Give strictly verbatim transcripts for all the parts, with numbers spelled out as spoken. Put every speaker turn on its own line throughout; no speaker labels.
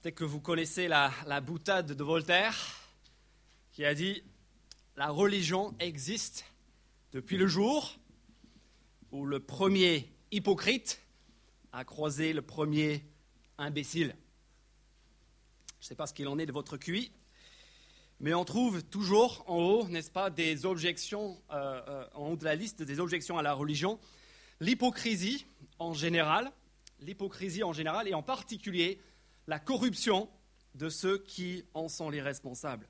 Peut-être que vous connaissez la, la boutade de Voltaire qui a dit « La religion existe depuis le jour où le premier hypocrite a croisé le premier imbécile. » Je ne sais pas ce qu'il en est de votre Q I, mais on trouve toujours en haut, n'est-ce pas, des objections, euh, euh, en haut de la liste des objections à la religion. L'hypocrisie en général, l'hypocrisie en général et en particulier la corruption de ceux qui en sont les responsables.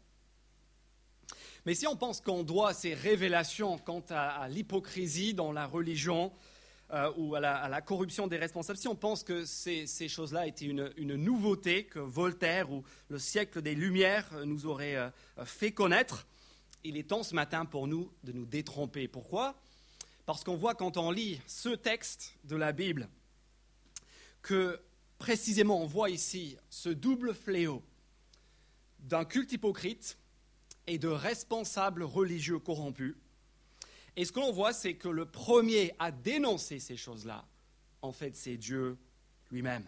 Mais si on pense qu'on doit ces révélations quant à, à l'hypocrisie dans la religion euh, ou à la, à la corruption des responsables, si on pense que ces, ces choses-là étaient une, une nouveauté que Voltaire ou le siècle des Lumières nous aurait euh, fait connaître, il est temps ce matin pour nous de nous détromper. Pourquoi ? Parce qu'on voit quand on lit ce texte de la Bible que précisément on voit ici ce double fléau d'un culte hypocrite et de responsables religieux corrompus. Et ce que l'on voit, c'est que le premier à dénoncer ces choses-là, en fait, c'est Dieu lui-même.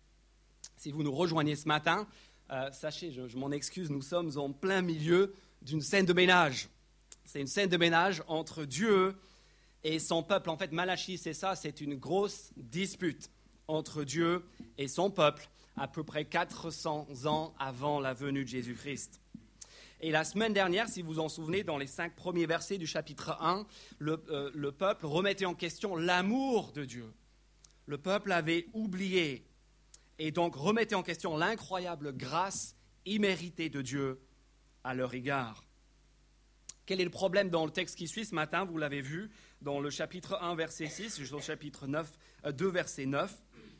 Si vous nous rejoignez ce matin, euh, sachez, je, je m'en excuse, nous sommes en plein milieu d'une scène de ménage. C'est une scène de ménage entre Dieu et son peuple. En fait, Malachie, c'est ça, c'est une grosse dispute entre Dieu et son peuple, à peu près quatre cents ans avant la venue de Jésus-Christ. Et la semaine dernière, si vous vous en souvenez, dans les cinq premiers versets du chapitre un, le, euh, le peuple remettait en question l'amour de Dieu. Le peuple avait oublié et donc remettait en question l'incroyable grâce imméritée de Dieu à leur égard. Quel est le problème dans le texte qui suit ce matin ? Vous l'avez vu dans le chapitre un, verset six, jusqu'au chapitre neuf, euh, deux, verset neuf.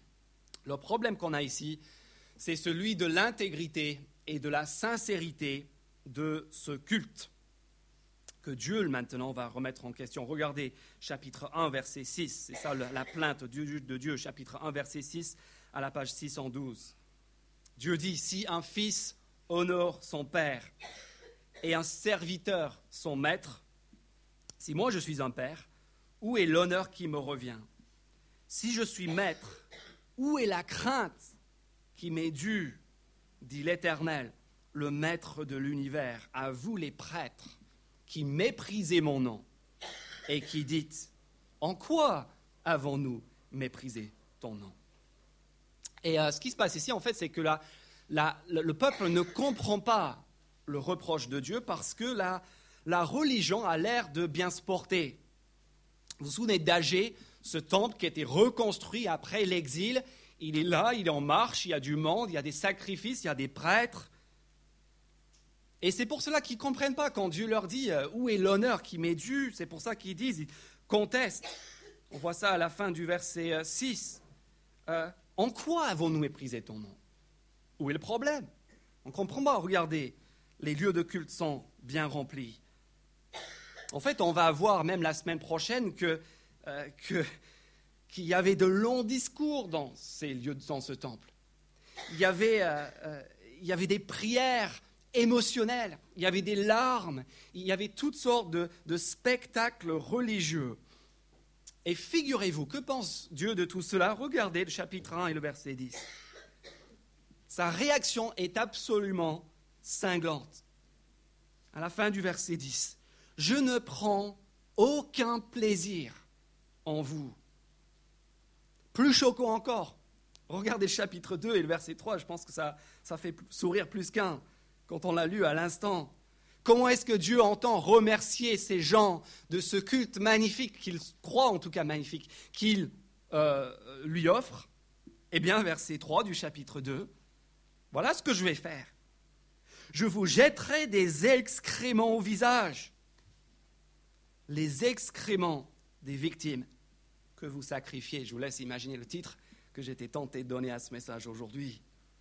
Le problème qu'on a ici, c'est celui de l'intégrité et de la sincérité de ce culte que Dieu maintenant va remettre en question. Regardez chapitre un, verset six, c'est ça la plainte de Dieu, chapitre un, verset six, à la page six cent douze. Dieu dit, « Si un fils honore son père et un serviteur son maître, si moi je suis un père, où est l'honneur qui me revient ? Si je suis maître, où est la crainte qui m'est due, dit l'Éternel, le maître de l'univers, à vous les prêtres qui méprisez mon nom et qui dites, en quoi avons-nous méprisé ton nom ?» Et euh, ce qui se passe ici, en fait, c'est que la, la, le peuple ne comprend pas le reproche de Dieu parce que la, la religion a l'air de bien se porter. Vous vous souvenez d'Agé, ce temple qui a été reconstruit après l'exil, il est là, il est en marche, il y a du monde, il y a des sacrifices, il y a des prêtres. Et c'est pour cela qu'ils ne comprennent pas quand Dieu leur dit euh, « Où est l'honneur qui m'est dû ?» C'est pour ça qu'ils disent, ils contestent. On voit ça à la fin du verset euh, six. Euh, « En quoi avons-nous méprisé ton nom ?» Où est le problème ? On ne comprend pas. Regardez, les lieux de culte sont bien remplis. En fait, on va voir même la semaine prochaine que, euh, que, qu'il y avait de longs discours dans ces lieux, dans ce temple. Il y avait, euh, euh, il y avait des prières émotionnelles, il y avait des larmes, il y avait toutes sortes de, de spectacles religieux. Et figurez-vous, que pense Dieu de tout cela ? Regardez le chapitre un et le verset dix. Sa réaction est absolument cinglante. À la fin du verset dix, « Je ne prends aucun plaisir en vous. » Plus choquant encore, regardez le chapitre deux et le verset trois, je pense que ça, ça fait sourire plus qu'un quand on l'a lu à l'instant. Comment est-ce que Dieu entend remercier ces gens de ce culte magnifique, qu'il croit en tout cas magnifique, qu'il euh, lui offre ? Eh bien, verset trois du chapitre deux, voilà ce que je vais faire. Je vous jetterai des excréments au visage, les excréments des victimes que vous sacrifiez. Je vous laisse imaginer le titre que j'étais tenté de donner à ce message aujourd'hui.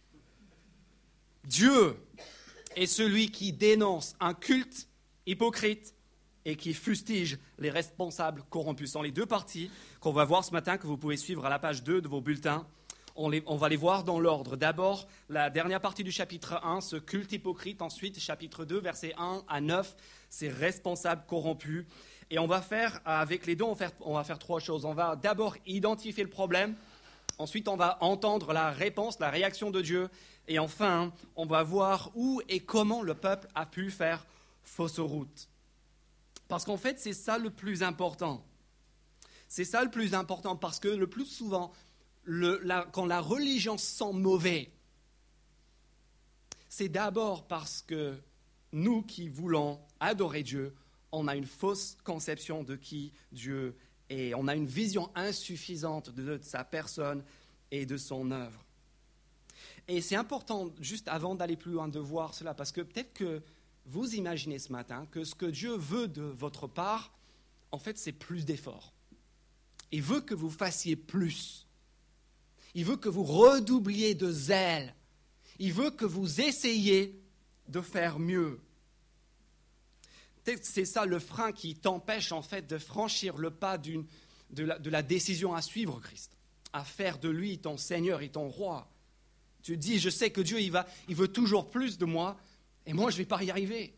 Dieu est celui qui dénonce un culte hypocrite et qui fustige les responsables corrompus. Ce sont les deux parties qu'on va voir ce matin, que vous pouvez suivre à la page deux de vos bulletins. On, les, on va les voir dans l'ordre. D'abord, la dernière partie du chapitre un, ce culte hypocrite. Ensuite, chapitre deux, versets un à neuf, ces responsables corrompus. Et on va faire, avec les deux, on va faire, on va faire trois choses. On va d'abord identifier le problème. Ensuite, on va entendre la réponse, la réaction de Dieu. Et enfin, on va voir où et comment le peuple a pu faire fausse route. Parce qu'en fait, c'est ça le plus important. C'est ça le plus important parce que le plus souvent, le, la, quand la religion sent mauvais, c'est d'abord parce que nous qui voulons adorer Dieu, on a une fausse conception de qui Dieu est. On a une vision insuffisante de, de sa personne et de son œuvre. Et c'est important, juste avant d'aller plus loin, de voir cela, parce que peut-être que vous imaginez ce matin que ce que Dieu veut de votre part, en fait, c'est plus d'efforts. Il veut que vous fassiez plus. Il veut que vous redoubliez de zèle. Il veut que vous essayiez de faire mieux. Peut-être que c'est ça le frein qui t'empêche en fait de franchir le pas d'une, de, la, de la décision à suivre Christ, à faire de lui ton Seigneur et ton Roi. Tu dis, je sais que Dieu il va, il veut toujours plus de moi et moi je ne vais pas y arriver.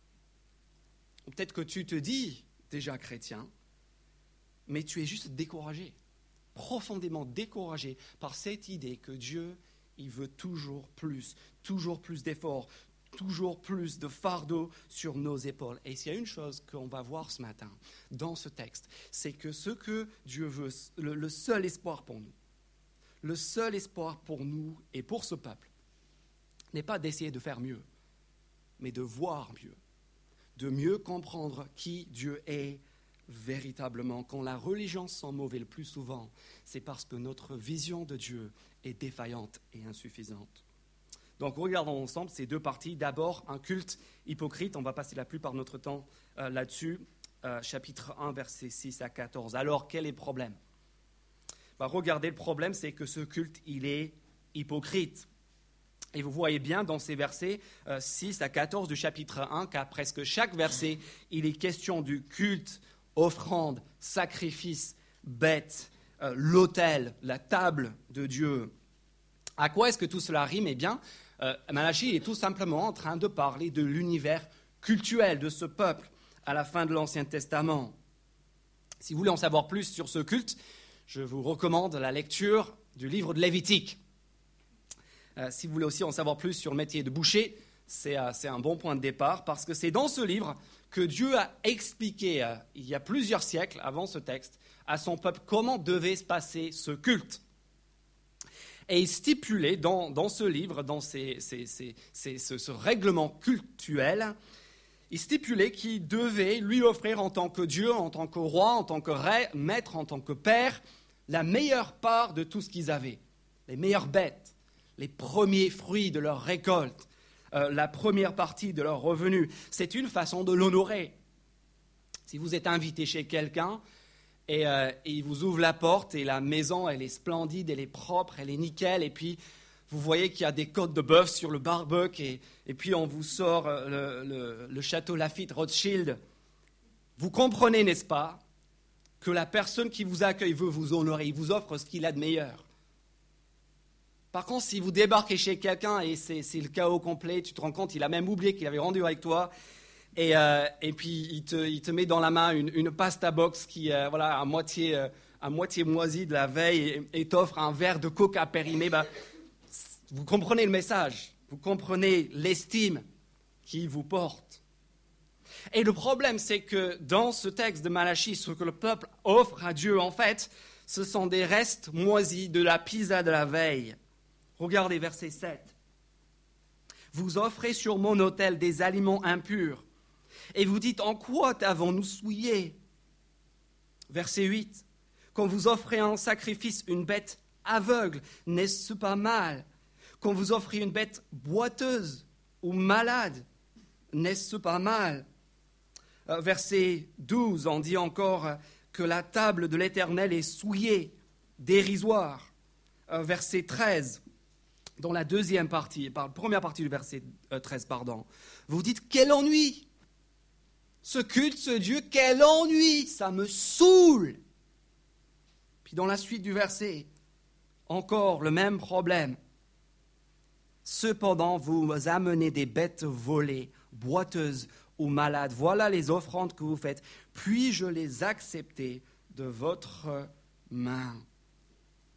Ou peut-être que tu te dis déjà chrétien, mais tu es juste découragé, profondément découragé par cette idée que Dieu il veut toujours plus, toujours plus d'efforts, toujours plus de fardeau sur nos épaules. Et s'il y a une chose qu'on va voir ce matin dans ce texte, c'est que ce que Dieu veut, le, le seul espoir pour nous, le seul espoir pour nous et pour ce peuple, n'est pas d'essayer de faire mieux, mais de voir mieux, de mieux comprendre qui Dieu est véritablement. Quand la religion sent mauvais le plus souvent, c'est parce que notre vision de Dieu est défaillante et insuffisante. Donc regardons ensemble ces deux parties. D'abord, un culte hypocrite. On va passer la plupart de notre temps euh, là-dessus. Euh, chapitre un, versets six à quatorze. Alors, quel est le problème ? Bah, regardez, le problème, c'est que ce culte, il est hypocrite. Et vous voyez bien dans ces versets euh, six à quatorze du chapitre un qu'à presque chaque verset, il est question du culte, offrande, sacrifice, bête, euh, l'autel, la table de Dieu. À quoi est-ce que tout cela rime ? Eh bien, euh, Malachie est tout simplement en train de parler de l'univers cultuel de ce peuple à la fin de l'Ancien Testament. Si vous voulez en savoir plus sur ce culte, je vous recommande la lecture du livre de Lévitique. Euh, si vous voulez aussi en savoir plus sur le métier de boucher, c'est, euh, c'est un bon point de départ parce que c'est dans ce livre que Dieu a expliqué, euh, il y a plusieurs siècles avant ce texte, à son peuple comment devait se passer ce culte. Et il stipulait dans, dans ce livre, dans ces, ces, ces, ces, ce, ce règlement cultuel, il stipulait qu'il devait lui offrir en tant que Dieu, en tant que roi, en tant que maître, en tant que père, la meilleure part de tout ce qu'ils avaient, les meilleures bêtes, les premiers fruits de leur récolte, euh, la première partie de leurs revenus. C'est une façon de l'honorer. Si vous êtes invité chez quelqu'un, Et, euh, et il vous ouvre la porte et la maison, elle est splendide, elle est propre, elle est nickel. Et puis, vous voyez qu'il y a des côtes de bœuf sur le barbecue. Et, et puis, on vous sort le, le, le château Lafite Rothschild. Vous comprenez, n'est-ce pas, que la personne qui vous accueille veut vous honorer. Il vous offre ce qu'il a de meilleur. Par contre, si vous débarquez chez quelqu'un et c'est, c'est le chaos complet, tu te rends compte, il a même oublié qu'il avait rendu avec toi. Et, euh, et puis, il te, il te met dans la main une, une pasta box qui est euh, voilà, à, moitié, euh, à moitié moisie de la veille et, et t'offre un verre de coca périmé. Bah, vous comprenez le message, vous comprenez l'estime qu'il vous porte. Et le problème, c'est que dans ce texte de Malachie, ce que le peuple offre à Dieu, en fait, ce sont des restes moisis de la pizza de la veille. Regardez verset sept. « Vous offrez sur mon autel des aliments impurs. Et vous dites, en quoi t'avons-nous souillé » Verset huit. « Quand vous offrez en sacrifice une bête aveugle, n'est-ce pas mal ? Quand vous offrez une bête boiteuse ou malade, n'est-ce pas mal ?» Verset douze, on dit encore que la table de l'Éternel est souillée, dérisoire. Verset treize, dans la deuxième partie, par la première partie du verset treize, pardon, vous dites, quel ennui ! Ce culte, ce Dieu, quel ennui, ça me saoule. Puis dans la suite du verset, encore le même problème. Cependant, vous amenez des bêtes volées, boiteuses ou malades. Voilà les offrandes que vous faites. Puis-je les accepter de votre main ?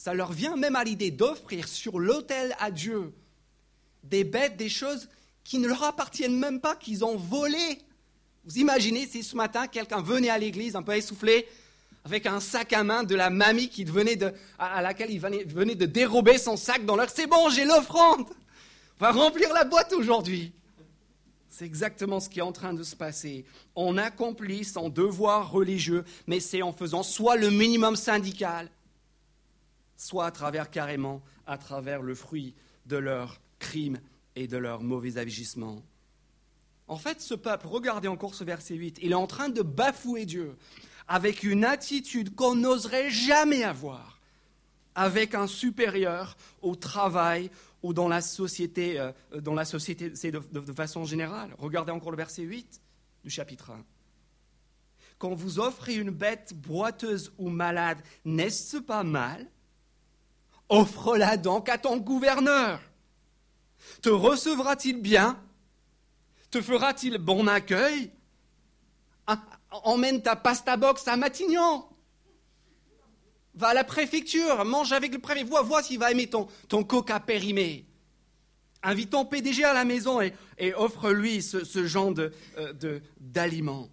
ça leur vient même à l'idée d'offrir sur l'autel à Dieu des bêtes, des choses qui ne leur appartiennent même pas, qu'ils ont volées. Vous imaginez si ce matin, quelqu'un venait à l'église un peu essoufflé, avec un sac à main de la mamie qui venait de, à laquelle il venait, venait de dérober son sac dans leur... C'est bon, j'ai l'offrande. On va remplir la boîte aujourd'hui. C'est exactement ce qui est en train de se passer. On accomplit son devoir religieux, mais c'est en faisant soit le minimum syndical, soit à travers carrément, à travers le fruit de leurs crimes et de leurs mauvais agissements. En fait, ce peuple, regardez encore ce verset huit, il est en train de bafouer Dieu avec une attitude qu'on n'oserait jamais avoir avec un supérieur au travail ou dans la société, euh, dans la société c'est de, de, de façon générale. Regardez encore le verset huit du chapitre un. Quand vous offrez une bête boiteuse ou malade, n'est-ce pas mal? Offre-la donc à ton gouverneur. Te recevra-t-il bien? Te fera-t-il bon accueil? Ah, emmène ta pasta box à Matignon. Va à la préfecture, mange avec le préfet, vois, vois s'il va aimer ton, ton coca périmé. Invite ton P D G à la maison et, et offre-lui ce, ce genre de, euh, de, d'aliments.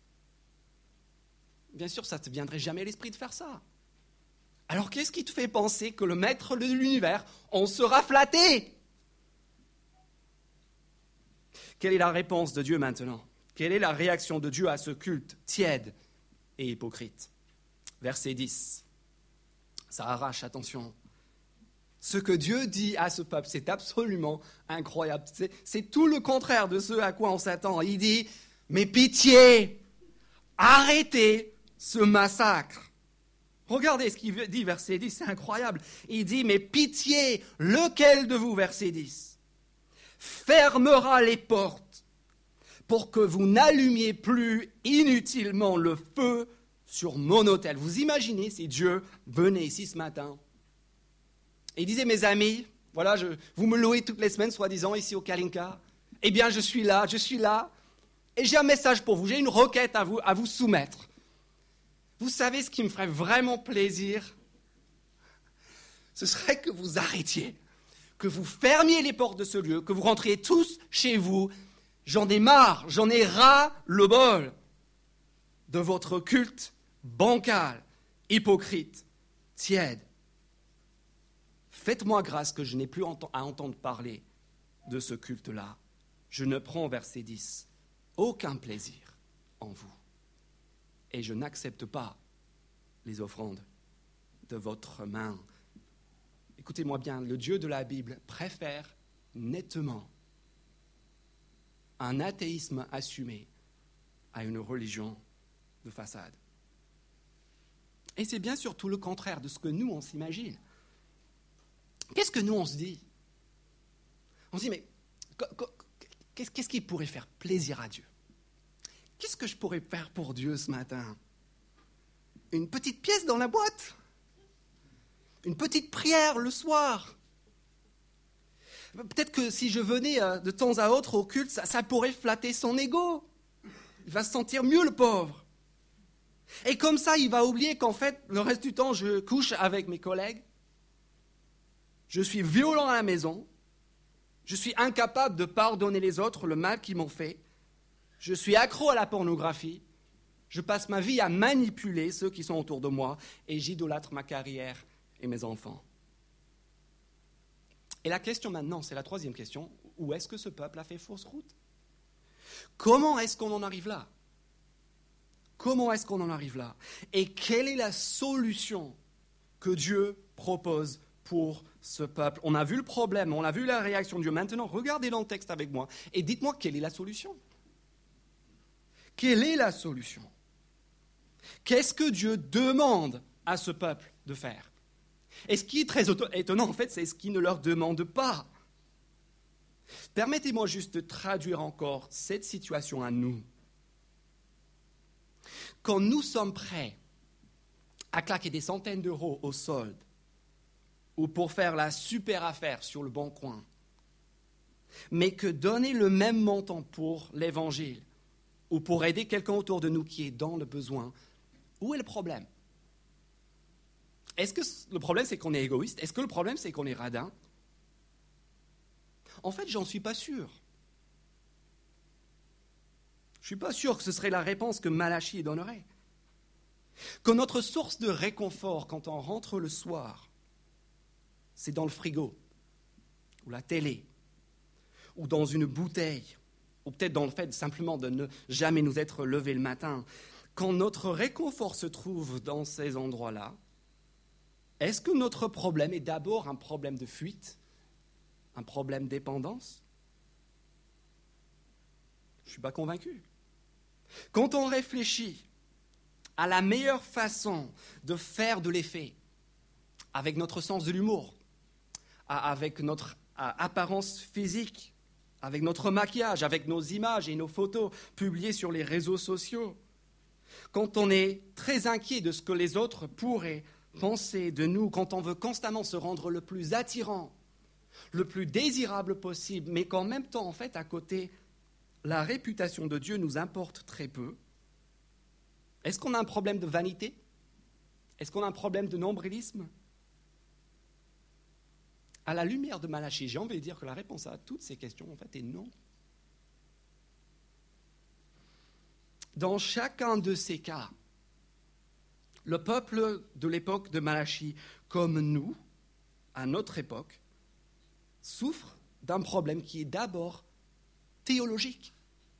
Bien sûr, ça ne te viendrait jamais à l'esprit de faire ça. Alors qu'est-ce qui te fait penser que le maître de l'univers, on sera flatté? Quelle est la réponse de Dieu maintenant? Quelle est la réaction de Dieu à ce culte tiède et hypocrite? Verset dix. Ça arrache, attention. Ce que Dieu dit à ce peuple, c'est absolument incroyable. C'est, c'est tout le contraire de ce à quoi on s'attend. Il dit, mais pitié, arrêtez ce massacre. Regardez ce qu'il dit, verset dix, c'est incroyable. Il dit, mais pitié, lequel de vous, verset dix, fermera les portes pour que vous n'allumiez plus inutilement le feu sur mon autel. Vous imaginez si Dieu venait ici ce matin et disait, mes amis, voilà, je, vous me louez toutes les semaines, soi-disant, ici au Kalinka. Eh bien, je suis là, je suis là, et j'ai un message pour vous, j'ai une requête à vous, à vous soumettre. Vous savez ce qui me ferait vraiment plaisir? Ce serait que vous arrêtiez, que vous fermiez les portes de ce lieu, que vous rentriez tous chez vous. J'en ai marre, j'en ai ras le bol de votre culte bancal, hypocrite, tiède. Faites-moi grâce que je n'ai plus à entendre parler de ce culte-là. Je ne prends, verset dix, aucun plaisir en vous. Et je n'accepte pas les offrandes de votre main. Écoutez-moi bien, le Dieu de la Bible préfère nettement un athéisme assumé à une religion de façade. Et c'est bien sûr tout le contraire de ce que nous, on s'imagine. Qu'est-ce que nous, on se dit? On se dit, mais qu'est-ce qui pourrait faire plaisir à Dieu? Qu'est-ce que je pourrais faire pour Dieu ce matin? Une petite pièce dans la boîte? Une petite prière le soir? Peut-être que si je venais de temps à autre au culte, ça, ça pourrait flatter son ego. Il va se sentir mieux, le pauvre. Et comme ça, il va oublier qu'en fait, le reste du temps, je couche avec mes collègues. Je suis violent à la maison. Je suis incapable de pardonner les autres le mal qu'ils m'ont fait. Je suis accro à la pornographie. Je passe ma vie à manipuler ceux qui sont autour de moi et j'idolâtre ma carrière et mes enfants. Et la question maintenant, c'est la troisième question. Où est-ce que ce peuple a fait fausse route? Comment est-ce qu'on en arrive là? Comment est-ce qu'on en arrive là? Et quelle est la solution que Dieu propose pour ce peuple? On a vu le problème, on a vu la réaction de Dieu. Maintenant, regardez dans le texte avec moi et dites-moi quelle est la solution. Quelle est la solution? Qu'est-ce que Dieu demande à ce peuple de faire? Et ce qui est très étonnant, en fait, c'est ce qu'il ne leur demande pas. Permettez-moi juste de traduire encore cette situation à nous. Quand nous sommes prêts à claquer des centaines d'euros au solde ou pour faire la super affaire sur le bon coin, mais que donner le même montant pour l'évangile ou pour aider quelqu'un autour de nous qui est dans le besoin, où est le problème? Est-ce que le problème, c'est qu'on est égoïste? Est-ce que le problème, c'est qu'on est radin? En fait, j'en suis pas sûr. Je ne suis pas sûr que ce serait la réponse que Malachie donnerait. Que notre source de réconfort quand on rentre le soir, c'est dans le frigo, ou la télé, ou dans une bouteille, ou peut-être dans le fait simplement de ne jamais nous être levés le matin. Quand notre réconfort se trouve dans ces endroits-là, est-ce que notre problème est d'abord un problème de fuite, un problème de dépendance? Je ne suis pas convaincu. Quand on réfléchit à la meilleure façon de faire de l'effet, avec notre sens de l'humour, avec notre apparence physique, avec notre maquillage, avec nos images et nos photos publiées sur les réseaux sociaux, quand on est très inquiet de ce que les autres pourraient penser de nous, quand on veut constamment se rendre le plus attirant, le plus désirable possible, mais qu'en même temps, en fait, à côté, la réputation de Dieu nous importe très peu. Est-ce qu'on a un problème de vanité? Est-ce qu'on a un problème de nombrilisme? À la lumière de Malachie, j'ai envie de dire que la réponse à toutes ces questions, en fait, est non. Dans chacun de ces cas, le peuple de l'époque de Malachie, comme nous, à notre époque, souffre d'un problème qui est d'abord théologique.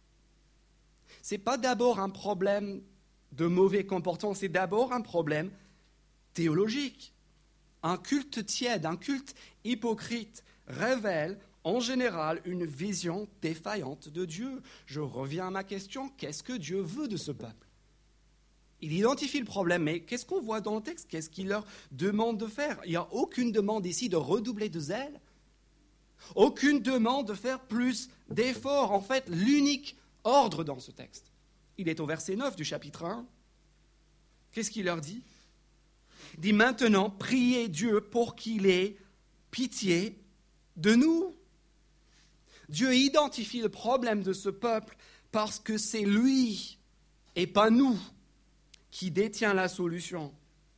Ce n'est pas d'abord un problème de mauvais comportement, c'est d'abord un problème théologique. Un culte tiède, un culte hypocrite révèle en général une vision défaillante de Dieu. Je reviens à ma question, qu'est-ce que Dieu veut de ce peuple? Il identifie le problème, mais qu'est-ce qu'on voit dans le texte? Qu'est-ce qu'il leur demande de faire? Il n'y a aucune demande ici de redoubler de zèle, aucune demande de faire plus d'efforts. En fait, l'unique ordre dans ce texte, il est au verset neuf du chapitre un. Qu'est-ce qu'il leur dit? Il dit maintenant, priez Dieu pour qu'il ait pitié de nous. Dieu identifie le problème de ce peuple parce que c'est lui et pas nous qui détient la solution.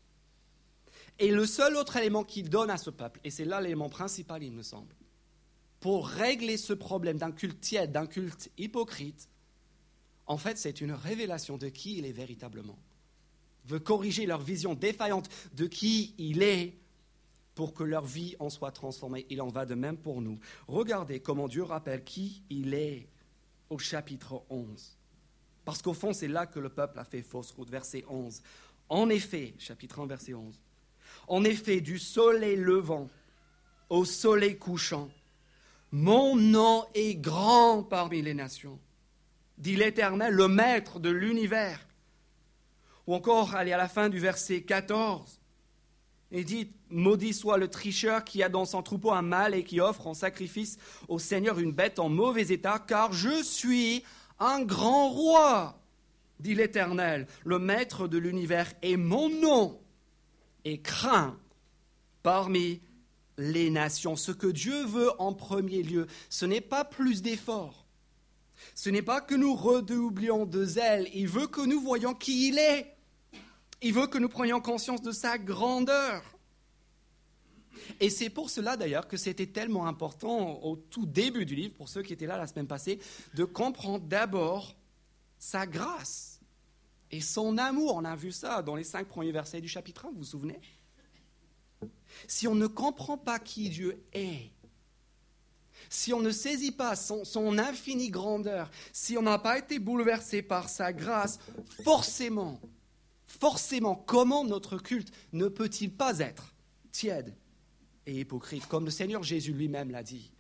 Et le seul autre élément qu'il donne à ce peuple, et c'est là l'élément principal, il me semble, pour régler ce problème d'un culte tiède, d'un culte hypocrite, en fait, c'est une révélation de qui il est véritablement. Il veut corriger leur vision défaillante de qui il est pour que leur vie en soit transformée. Il en va de même pour nous. Regardez comment Dieu rappelle qui il est au chapitre onze. Parce qu'au fond, c'est là que le peuple a fait fausse route. Verset onze. En effet, chapitre un, verset onze. En effet, du soleil levant au soleil couchant, mon nom est grand parmi les nations, dit l'Éternel, le maître de l'univers. Ou encore, allez à la fin du verset quatorze, il dit, maudit soit le tricheur qui a dans son troupeau un mâle et qui offre en sacrifice au Seigneur une bête en mauvais état, car je suis un grand roi, dit l'Éternel, le maître de l'univers, et mon nom est craint parmi les nations. Ce que Dieu veut en premier lieu, ce n'est pas plus d'efforts. Ce n'est pas que nous redoublions de zèle. Il veut que nous voyions qui il est. Il veut que nous prenions conscience de sa grandeur. Et c'est pour cela d'ailleurs que c'était tellement important au tout début du livre, pour ceux qui étaient là la semaine passée, de comprendre d'abord sa grâce et son amour. On a vu ça dans les cinq premiers versets du chapitre un, vous vous souvenez? Si on ne comprend pas qui Dieu est, si on ne saisit pas son, son infinie grandeur, si on n'a pas été bouleversé par sa grâce, forcément, forcément, comment notre culte ne peut-il pas être tiède et hypocrite, comme le Seigneur Jésus lui-même l'a dit.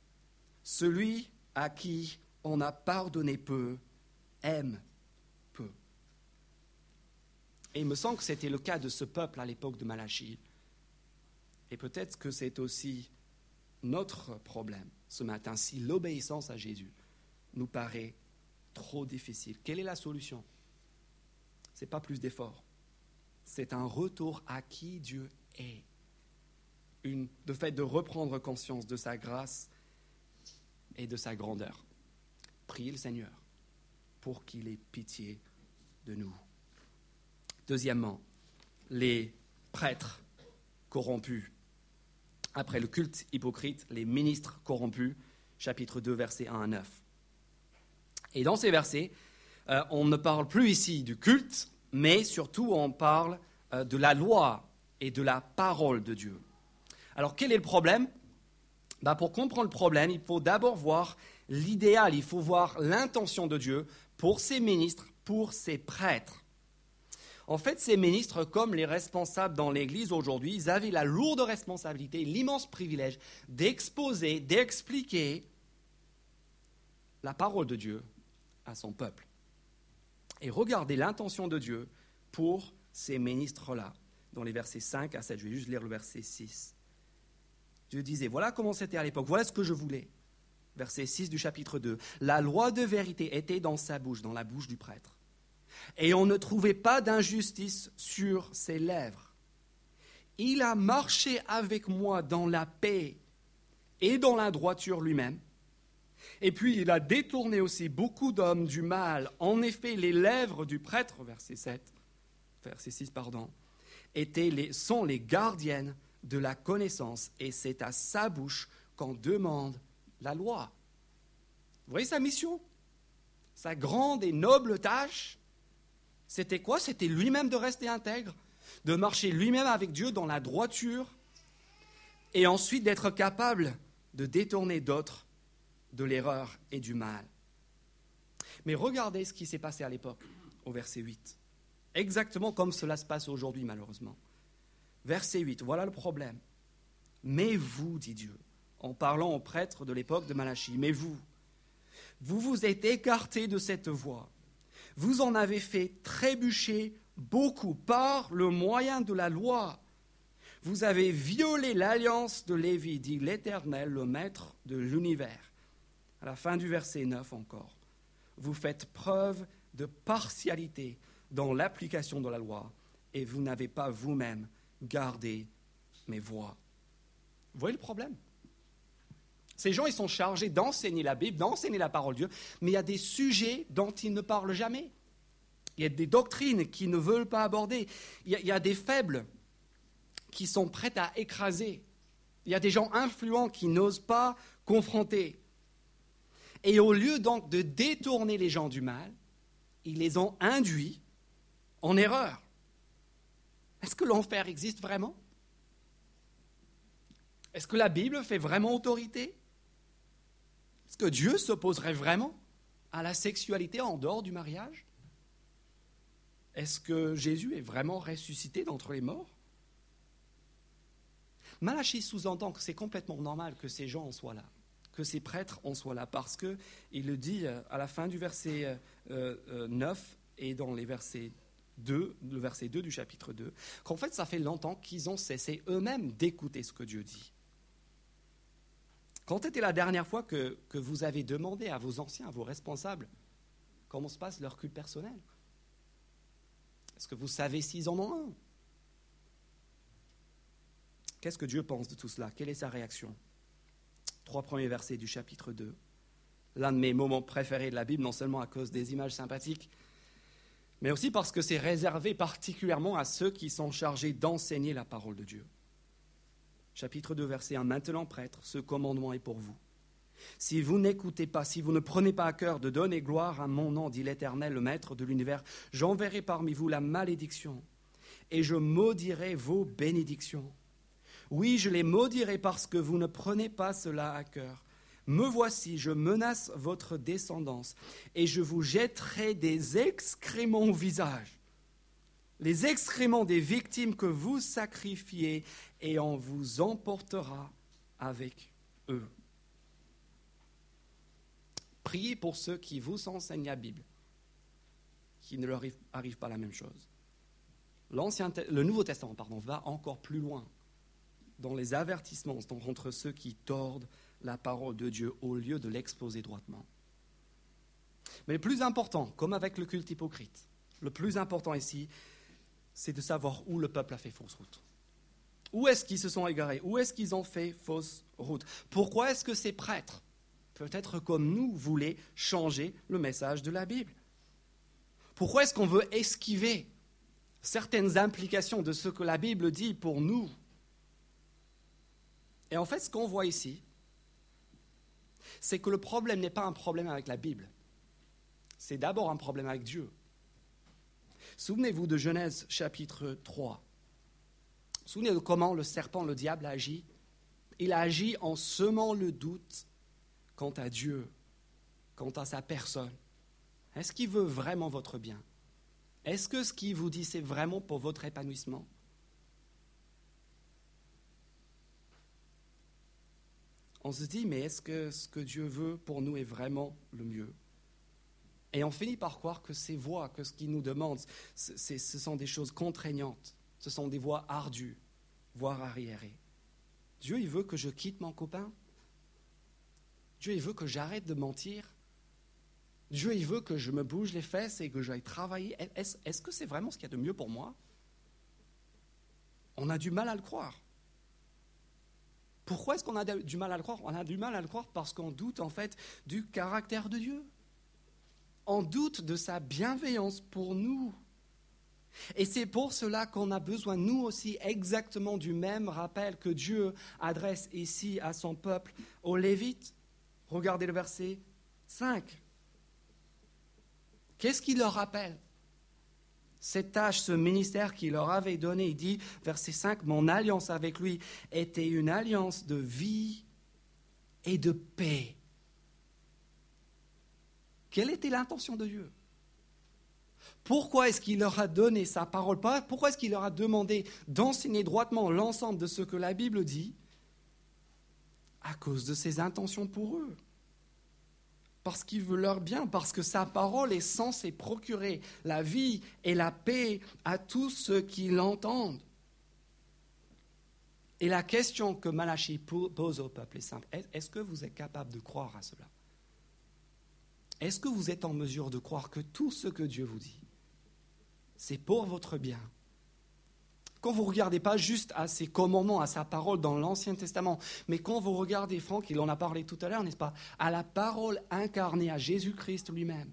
Celui à qui on a pardonné peu, aime peu. Et il me semble que c'était le cas de ce peuple à l'époque de Malachie. Et peut-être que c'est aussi notre problème ce matin, si l'obéissance à Jésus nous paraît trop difficile. Quelle est la solution? Ce n'est pas plus d'efforts. C'est un retour à qui Dieu est. Une, le fait de reprendre conscience de sa grâce et de sa grandeur. Priez le Seigneur pour qu'il ait pitié de nous. Deuxièmement, les prêtres corrompus. Après le culte hypocrite, les ministres corrompus, chapitre deux, versets un à neuf. Et dans ces versets, euh, on ne parle plus ici du culte, mais surtout on parle euh, de la loi et de la parole de Dieu. Alors quel est le problème ? Ben, pour comprendre le problème, il faut d'abord voir l'idéal, il faut voir l'intention de Dieu pour ses ministres, pour ses prêtres. En fait, ces ministres, comme les responsables dans l'Église aujourd'hui, ils avaient la lourde responsabilité, l'immense privilège d'exposer, d'expliquer la parole de Dieu à son peuple. Et regardez l'intention de Dieu pour ces ministres-là, dans les versets cinq à sept. Je vais juste lire le verset six. Dieu disait, voilà comment c'était à l'époque, voilà ce que je voulais. Verset six du chapitre deux. La loi de vérité était dans sa bouche, dans la bouche du prêtre. Et on ne trouvait pas d'injustice sur ses lèvres. Il a marché avec moi dans la paix et dans la droiture lui-même. Et puis il a détourné aussi beaucoup d'hommes du mal. En effet, les lèvres du prêtre, verset sept, verset six, pardon, étaient les, sont les gardiennes de la connaissance, et c'est à sa bouche qu'on demande la loi. Vous voyez sa mission ? Sa grande et noble tâche, c'était quoi ? C'était lui-même de rester intègre, de marcher lui-même avec Dieu dans la droiture, et ensuite d'être capable de détourner d'autres de l'erreur et du mal. Mais regardez ce qui s'est passé à l'époque, au verset huit. Exactement comme cela se passe aujourd'hui, malheureusement. Verset huit, voilà le problème. Mais vous, dit Dieu, en parlant aux prêtres de l'époque de Malachie, mais vous, vous vous êtes écartés de cette voie. Vous en avez fait trébucher beaucoup par le moyen de la loi. Vous avez violé l'alliance de Lévi, dit l'Éternel, le maître de l'univers. À la fin du verset neuf encore, vous faites preuve de partialité dans l'application de la loi et vous n'avez pas vous-même gardé mes voies. Vous voyez le problème ? Ces gens, ils sont chargés d'enseigner la Bible, d'enseigner la parole de Dieu, mais il y a des sujets dont ils ne parlent jamais. Il y a des doctrines qu'ils ne veulent pas aborder. Il y a, il y a des faibles qui sont prêts à écraser. Il y a des gens influents qui n'osent pas confronter. Et au lieu donc de détourner les gens du mal, ils les ont induits en erreur. Est-ce que l'enfer existe vraiment ? Est-ce que la Bible fait vraiment autorité ? Est-ce que Dieu s'opposerait vraiment à la sexualité en dehors du mariage ? Est-ce que Jésus est vraiment ressuscité d'entre les morts ? Malachie sous-entend que c'est complètement normal que ces gens en soient là, que ces prêtres en soient là, parce qu'il le dit à la fin du verset neuf et dans les versets deux, le verset deux du chapitre deux, qu'en fait ça fait longtemps qu'ils ont cessé eux-mêmes d'écouter ce que Dieu dit. Quand était la dernière fois que, que vous avez demandé à vos anciens, à vos responsables, comment se passe leur culte personnel ? Est-ce que vous savez s'ils en ont un ? Qu'est-ce que Dieu pense de tout cela ? Quelle est sa réaction ? Trois premiers versets du chapitre deux. L'un de mes moments préférés de la Bible, non seulement à cause des images sympathiques, mais aussi parce que c'est réservé particulièrement à ceux qui sont chargés d'enseigner la parole de Dieu. Chapitre deux, verset un. Maintenant, prêtres, ce commandement est pour vous. Si vous n'écoutez pas, si vous ne prenez pas à cœur de donner gloire à mon nom, dit l'Éternel, le Maître de l'univers, j'enverrai parmi vous la malédiction et je maudirai vos bénédictions. Oui, je les maudirai parce que vous ne prenez pas cela à cœur. Me voici, je menace votre descendance et je vous jetterai des excréments au visage. Les excréments des victimes que vous sacrifiez et on vous emportera avec eux. Priez pour ceux qui vous enseignent la Bible, qui ne leur arrive pas la même chose. L'Ancien, le Nouveau Testament pardon, va encore plus loin dans les avertissements contre ceux qui tordent la parole de Dieu au lieu de l'exposer droitement. Mais le plus important, comme avec le culte hypocrite, le plus important ici, c'est de savoir où le peuple a fait fausse route. Où est-ce qu'ils se sont égarés ? Où est-ce qu'ils ont fait fausse route ? Pourquoi est-ce que ces prêtres, peut-être comme nous, voulaient changer le message de la Bible ? Pourquoi est-ce qu'on veut esquiver certaines implications de ce que la Bible dit pour nous Et en fait, ce qu'on voit ici, c'est que le problème n'est pas un problème avec la Bible. C'est d'abord un problème avec Dieu. Souvenez-vous de Genèse chapitre trois. Souvenez-vous de comment le serpent, le diable, a agi. Il a agi en semant le doute quant à Dieu, quant à sa personne. Est-ce qu'il veut vraiment votre bien? Est-ce que ce qu'il vous dit, c'est vraiment pour votre épanouissement? On se dit, mais est-ce que ce que Dieu veut pour nous est vraiment le mieux? Et on finit par croire que ces voies, que ce qu'il nous demande, c'est, ce sont des choses contraignantes, ce sont des voies ardues, voire arriérées. Dieu, il veut que je quitte mon copain. Dieu, il veut que j'arrête de mentir. Dieu, il veut que je me bouge les fesses et que j'aille travailler. Est-ce, est-ce que c'est vraiment ce qu'il y a de mieux pour moi? On a du mal à le croire. Pourquoi est-ce qu'on a du mal à le croire? On a du mal à le croire parce qu'on doute en fait du caractère de Dieu. On doute de sa bienveillance pour nous. Et c'est pour cela qu'on a besoin, nous aussi, exactement du même rappel que Dieu adresse ici à son peuple, aux Lévites. Regardez le verset cinq. Qu'est-ce qu'il leur rappelle? Cette tâche, ce ministère qu'il leur avait donné, il dit, verset cinq, « Mon alliance avec lui était une alliance de vie et de paix. » Quelle était l'intention de Dieu? Pourquoi est-ce qu'il leur a donné sa parole? Pourquoi est-ce qu'il leur a demandé d'enseigner droitement l'ensemble de ce que la Bible dit? À cause de ses intentions pour eux. Parce qu'il veut leur bien, parce que sa parole est censée procurer la vie et la paix à tous ceux qui l'entendent. Et la question que Malachie pose au peuple est simple. Est-ce que vous êtes capable de croire à cela? Est-ce que vous êtes en mesure de croire que tout ce que Dieu vous dit, c'est pour votre bien? Quand vous ne regardez pas juste à ses commandements, à sa parole dans l'Ancien Testament, mais quand vous regardez, Franck, il en a parlé tout à l'heure, n'est-ce pas, à la parole incarnée, à Jésus-Christ lui-même.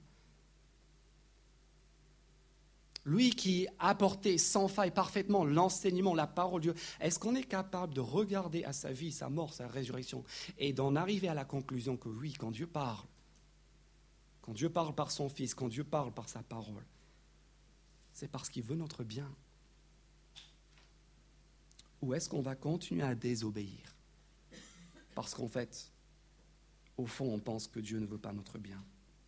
Lui qui a apporté sans faille parfaitement l'enseignement, la parole de Dieu, est-ce qu'on est capable de regarder à sa vie, sa mort, sa résurrection, et d'en arriver à la conclusion que oui, quand Dieu parle, quand Dieu parle par son Fils, quand Dieu parle par sa parole, c'est parce qu'il veut notre bien? Ou est-ce qu'on va continuer à désobéir? Parce qu'en fait, au fond, on pense que Dieu ne veut pas notre bien.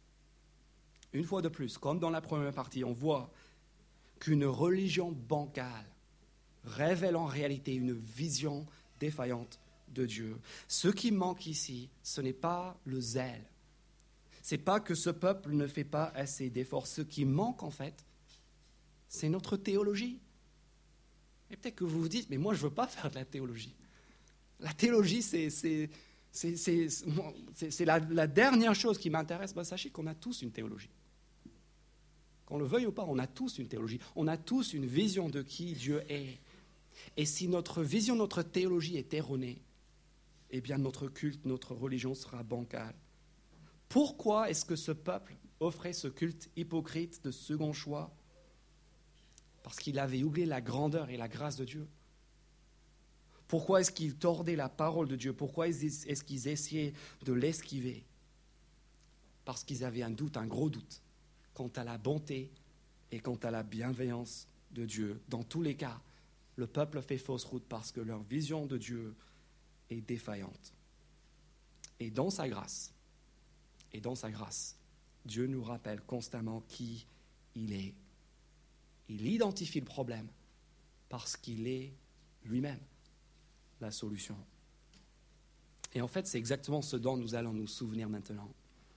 Une fois de plus, comme dans la première partie, on voit qu'une religion bancale révèle en réalité une vision défaillante de Dieu. Ce qui manque ici, ce n'est pas le zèle. Ce n'est pas que ce peuple ne fait pas assez d'efforts. Ce qui manque, en fait, c'est notre théologie. Et peut-être que vous vous dites, mais moi, je ne veux pas faire de la théologie. La théologie, c'est, c'est, c'est, c'est, c'est, c'est la, la dernière chose qui m'intéresse. Ben, sachez qu'on a tous une théologie. Qu'on le veuille ou pas, on a tous une théologie. On a tous une vision de qui Dieu est. Et si notre vision, notre théologie est erronée, eh bien, notre culte, notre religion sera bancale. Pourquoi est-ce que ce peuple offrait ce culte hypocrite de second choix? Parce qu'il avait oublié la grandeur et la grâce de Dieu. Pourquoi est-ce qu'ils tordaient la parole de Dieu? Pourquoi est-ce qu'ils essayaient de l'esquiver? Parce qu'ils avaient un doute, un gros doute, quant à la bonté et quant à la bienveillance de Dieu. Dans tous les cas, le peuple fait fausse route parce que leur vision de Dieu est défaillante. Et dans sa grâce, et dans sa grâce, Dieu nous rappelle constamment qui il est. Il identifie le problème parce qu'il est lui-même la solution. Et en fait, c'est exactement ce dont nous allons nous souvenir maintenant.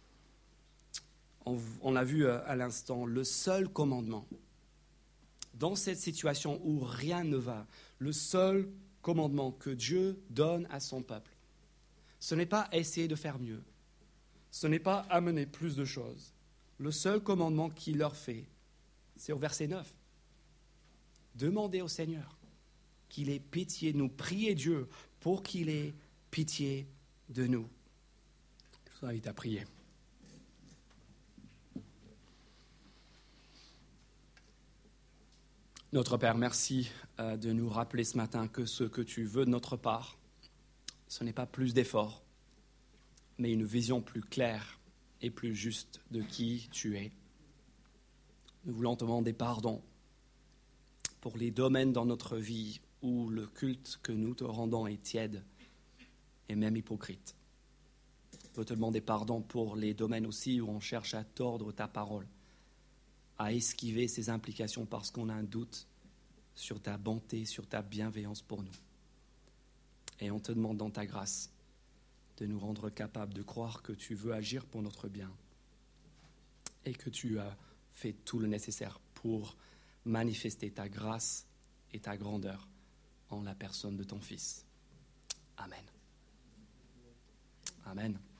On, on l'a vu à l'instant, le seul commandement, dans cette situation où rien ne va, le seul commandement que Dieu donne à son peuple, ce n'est pas essayer de faire mieux, ce n'est pas amener plus de choses. Le seul commandement qu'il leur fait, c'est au verset neuf. Demandez au Seigneur qu'il ait pitié de nous. Priez Dieu pour qu'il ait pitié de nous. Je vous invite à prier. Notre Père, merci de nous rappeler ce matin que ce que tu veux de notre part, ce n'est pas plus d'efforts, mais une vision plus claire et plus juste de qui tu es. Nous voulons te demander pardon pour les domaines dans notre vie où le culte que nous te rendons est tiède et même hypocrite. Je veux te demander pardon pour les domaines aussi où on cherche à tordre ta parole, à esquiver ses implications parce qu'on a un doute sur ta bonté, sur ta bienveillance pour nous. Et on te demande dans ta grâce de nous rendre capables de croire que tu veux agir pour notre bien et que tu as fait tout le nécessaire pour manifester ta grâce et ta grandeur en la personne de ton Fils. Amen. Amen.